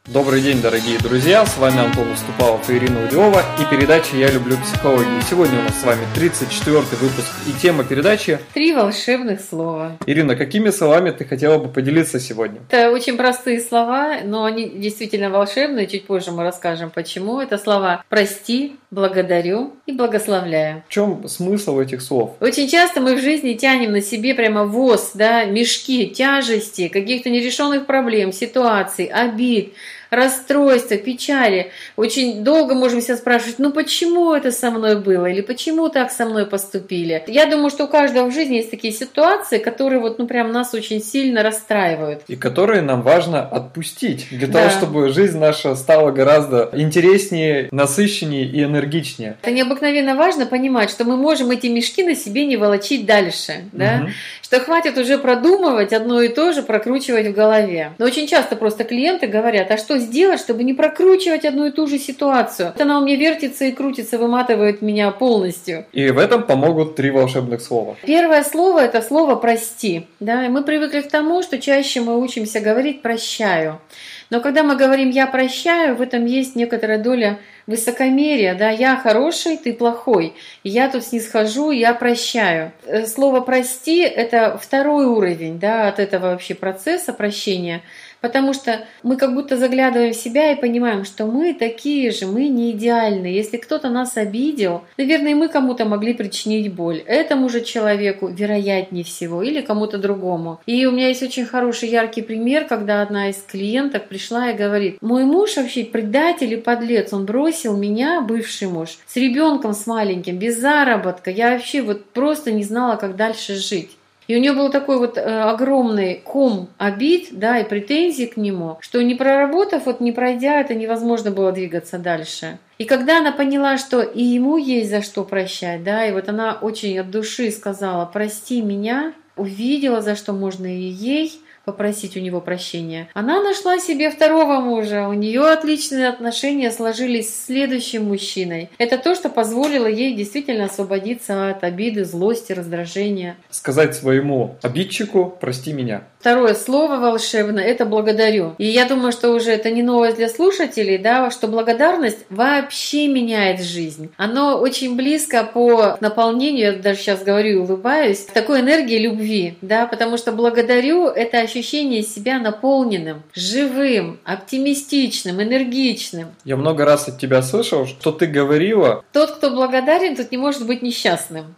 Добрый день, дорогие друзья, с вами Антон Уступалов и Ирина Удилова и передача «Я люблю психологию». Сегодня у нас с вами 34-й выпуск и тема передачи «Три волшебных слова». Ирина, какими словами ты хотела бы поделиться сегодня? Это очень простые слова, но они действительно волшебные, чуть позже мы расскажем почему. Это слова «прости», «благодарю» и «благословляю». В чем смысл этих слов? Очень часто мы в жизни тянем на себе прямо воз, мешки, тяжести, каких-то нерешенных проблем, ситуаций, обид, расстройства, печали. Очень долго можем себя спрашивать, почему это со мной было? Или почему так со мной поступили? Я думаю, что у каждого в жизни есть такие ситуации, которые прям нас очень сильно расстраивают. И которые нам важно отпустить, для того, чтобы жизнь наша стала гораздо интереснее, насыщеннее и энергичнее. Это необыкновенно важно понимать, что мы можем эти мешки на себе не волочить дальше. Что хватит уже продумывать одно и то же, прокручивать в голове. Но очень часто просто клиенты говорят, а что сделать, чтобы не прокручивать одну и ту же ситуацию? Она у меня вертится и крутится, выматывает меня полностью. И в этом помогут три волшебных слова. Первое слово – это слово «прости». И мы привыкли к тому, что чаще мы учимся говорить «прощаю». Но когда мы говорим «я прощаю», в этом есть некоторая доля высокомерия. Я хороший, ты плохой. Я тут снисхожу, я прощаю. Слово «прости» – это второй уровень от этого вообще процесса прощения. Потому что мы как будто заглядываем в себя и понимаем, что мы такие же, мы не идеальны. Если кто-то нас обидел, наверное, и мы кому-то могли причинить боль. Этому же человеку, вероятнее всего, или кому-то другому. И у меня есть очень хороший, яркий пример, когда одна из клиенток пришла и говорит, мой муж вообще предатель и подлец, он бросил меня, бывший муж, с ребенком, с маленьким, без заработка. Я вообще просто не знала, как дальше жить. И у нее был такой огромный ком обид, и претензий к нему, что не проработав, не пройдя, это невозможно было двигаться дальше. И когда она поняла, что и ему есть за что прощать, и она очень от души сказала, прости меня, увидела, за что можно и ей попросить у него прощения. Она нашла себе второго мужа, у нее отличные отношения сложились с следующим мужчиной. Это то, что позволило ей действительно освободиться от обиды, злости, раздражения. Сказать своему обидчику «прости меня». Второе слово волшебное – это «благодарю». И я думаю, что уже это не новость для слушателей, что благодарность вообще меняет жизнь. Оно очень близко по наполнению, я даже сейчас говорю и улыбаюсь, такой энергии любви, потому что благодарю – это ощущение себя наполненным, живым, оптимистичным, энергичным. Я много раз от тебя слышал, что ты говорила. Тот, кто благодарен, тот не может быть несчастным.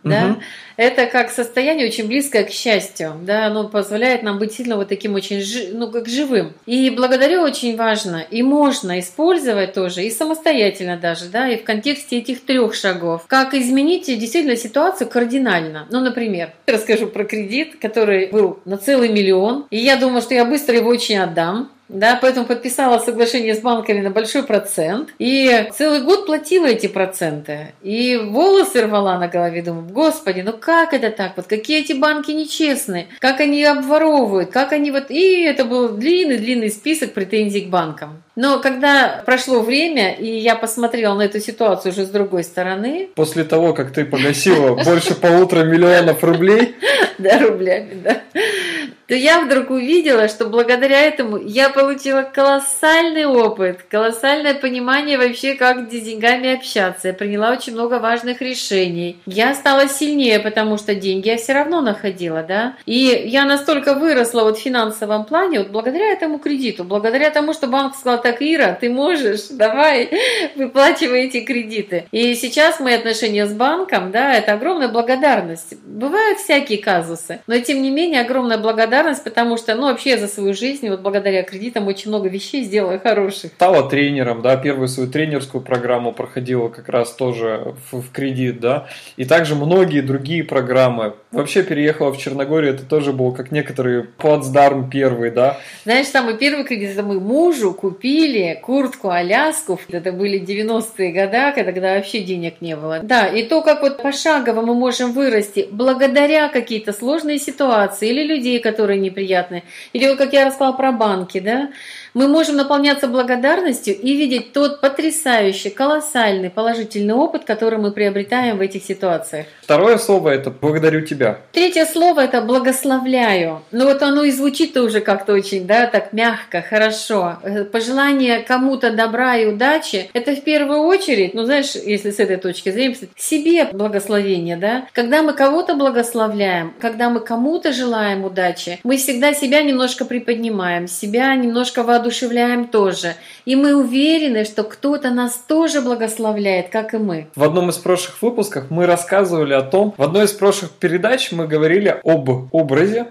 Это как состояние очень близкое к счастью. Оно позволяет нам быть сильно таким очень как живым. И благодарю очень важно. И можно использовать тоже, и самостоятельно даже, и в контексте этих 3 шагов. Как изменить действительно ситуацию кардинально. Например, расскажу про кредит, который был на целый миллион. И я думаю, что я быстро его очень отдам. Поэтому подписала соглашение с банками на большой процент. И целый год платила эти проценты. И волосы рвала на голове. Думаю, господи, как это так? Какие эти банки нечестные? Как они обворовывают? Как они И это был длинный список претензий к банкам. Но когда прошло время, и я посмотрела на эту ситуацию уже с другой стороны. После того, как ты погасила больше 1,5 миллиона рублей. Рублями, то я вдруг увидела, что благодаря этому я получила колоссальный опыт, колоссальное понимание вообще, как с деньгами общаться. Я приняла очень много важных решений. Я стала сильнее, потому что деньги я все равно находила, И я настолько выросла в финансовом плане благодаря этому кредиту, благодаря тому, что банк сказал, так, Ира, ты можешь, давай, выплачивай эти кредиты. И сейчас мои отношения с банком, это огромная благодарность. Бывают всякие казусы, но тем не менее огромная благодарность, потому что, вообще за свою жизнь, благодаря кредитам очень много вещей сделала хороших. Стала тренером, первую свою тренерскую программу проходила как раз тоже в кредит, и также многие другие программы. Вообще переехала в Черногорию, это тоже был как некоторый плацдарм первый, Знаешь, самый первый кредит, это мы мужу купили куртку-аляску, это были 90-е годы, когда вообще денег не было. И то, как пошагово мы можем вырасти благодаря какие-то сложные ситуации или людей, которые неприятны, или как я рассказала про банки, мы можем наполняться благодарностью и видеть тот потрясающий, колоссальный, положительный опыт, который мы приобретаем в этих ситуациях. Второе слово – это «благодарю тебя». Третье слово – это «благословляю». Ну вот оно и звучит-то уже как-то очень, да, так мягко, хорошо. Пожелание кому-то добра и удачи – это в первую очередь, ну знаешь, если с этой точки зрения, себе благословение, да. Когда мы кого-то благословляем, когда мы кому-то желаем удачи, мы всегда себя немножко приподнимаем, себя немножко воодушевляем тоже. И мы уверены, что кто-то нас тоже благословляет, как и мы. В одном из прошлых выпусков мы рассказывали о том, в одной из прошлых передач мы говорили об образе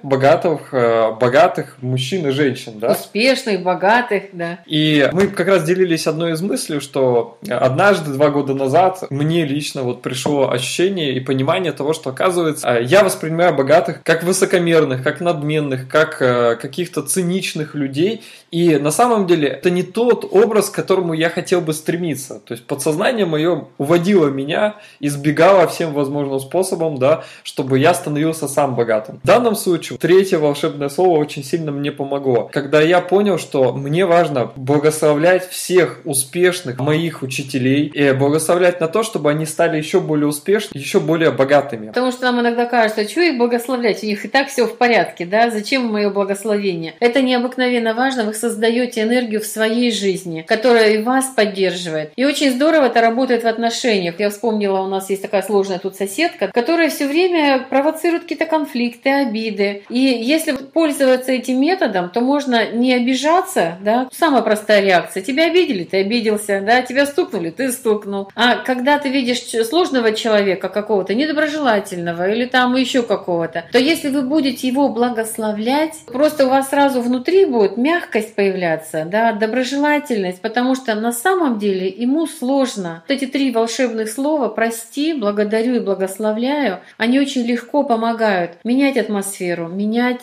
богатых мужчин и женщин. Да? Успешных, богатых, да. И мы как раз делились одной из мыслей, что однажды, 2 года назад, мне лично вот пришло ощущение и понимание того, что, оказывается, я воспринимаю богатых как высокомерных, как надменных, как каких-то циничных людей. И на самом деле это не тот образ, к которому я хотел бы стремиться. То есть подсознание мое уводило меня, избегало всем возможным способом, да, чтобы я становился сам богатым. В данном случае третье волшебное слово очень сильно мне помогло. Когда я понял, что мне важно благословлять всех успешных моих учителей и благословлять на то, чтобы они стали еще более успешными, еще более богатыми. Потому что нам иногда кажется, что их благословлять, у них и так все в порядке, да, зачем мое благословение? Это необыкновенно важно, вы создаете энергию в своей жизни, которая и вас поддерживает. И очень здорово это работает в отношениях. Я вспомнила, у нас есть такая сложная тут соседка, которая все время провоцирует какие-то конфликты, обиды. И если пользоваться этим методом, то можно не обижаться, да, самая простая реакция. Тебя обидели, ты обиделся, да, тебя стукнули, ты стукнул. А когда ты видишь сложного человека какого-то, недоброжелательного или там еще какого-то, то если вы будете его благословлять, просто у вас сразу внутри будет мягкость появляться, да, доброжелательность, потому что на самом деле ему сложно. Вот эти 3 волшебных слова «прости», «благодарю» и «благословляю», они очень легко помогают менять атмосферу, менять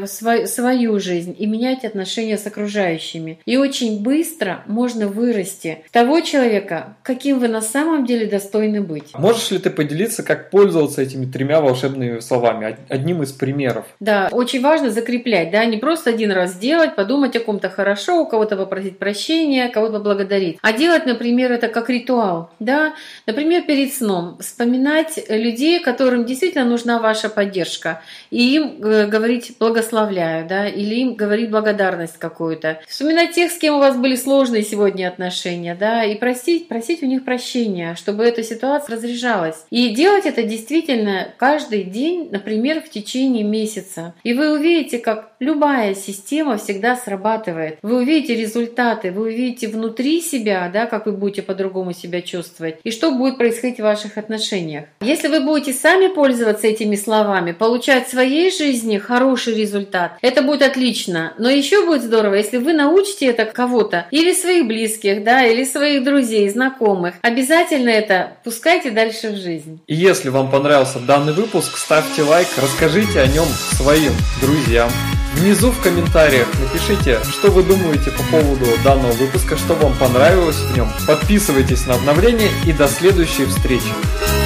свою жизнь и менять отношения с окружающими. И очень быстро можно вырасти в того человека, каким вы на самом деле достойны быть. Можешь ли ты поделиться, как пользоваться этими 3 волшебными словами? Одним из примеров. Да, очень важно закреплять, да, не просто один раз сделать, подумать о ком-то хорошо, у кого-то попросить прощения, кого-то поблагодарить. А делать, например, это как ритуал, да, например, перед сном вспоминать людей, которым действительно нужна ваша поддержка, и им говорить «благословляю», да, или им говорить благодарность какую-то. Вспоминать тех, с кем у вас были сложные сегодня отношения, да, и просить у них прощения, чтобы эта ситуация разряжалась. И делать это действительно каждый день, например, в течение месяца. И вы увидите, как любая система всегда срабатывает. Вы увидите результаты, вы увидите внутри себя, да, как вы будете по-другому себя чувствовать, и что будет происходить в ваших отношениях. Если вы будете сами пользоваться этими словами, получать в своей жизни хороший результат, это будет отлично. Но еще будет здорово, если вы научите это кого-то, или своих близких, да, или своих друзей, знакомых. Обязательно это пускайте дальше в жизнь. И если вам понравился данный выпуск, ставьте лайк, расскажите о нем своим друзьям. Внизу в комментариях напишите, что вы думаете по поводу данного выпуска, что вам понравилось в нем. Подписывайтесь на обновления и до следующей встречи.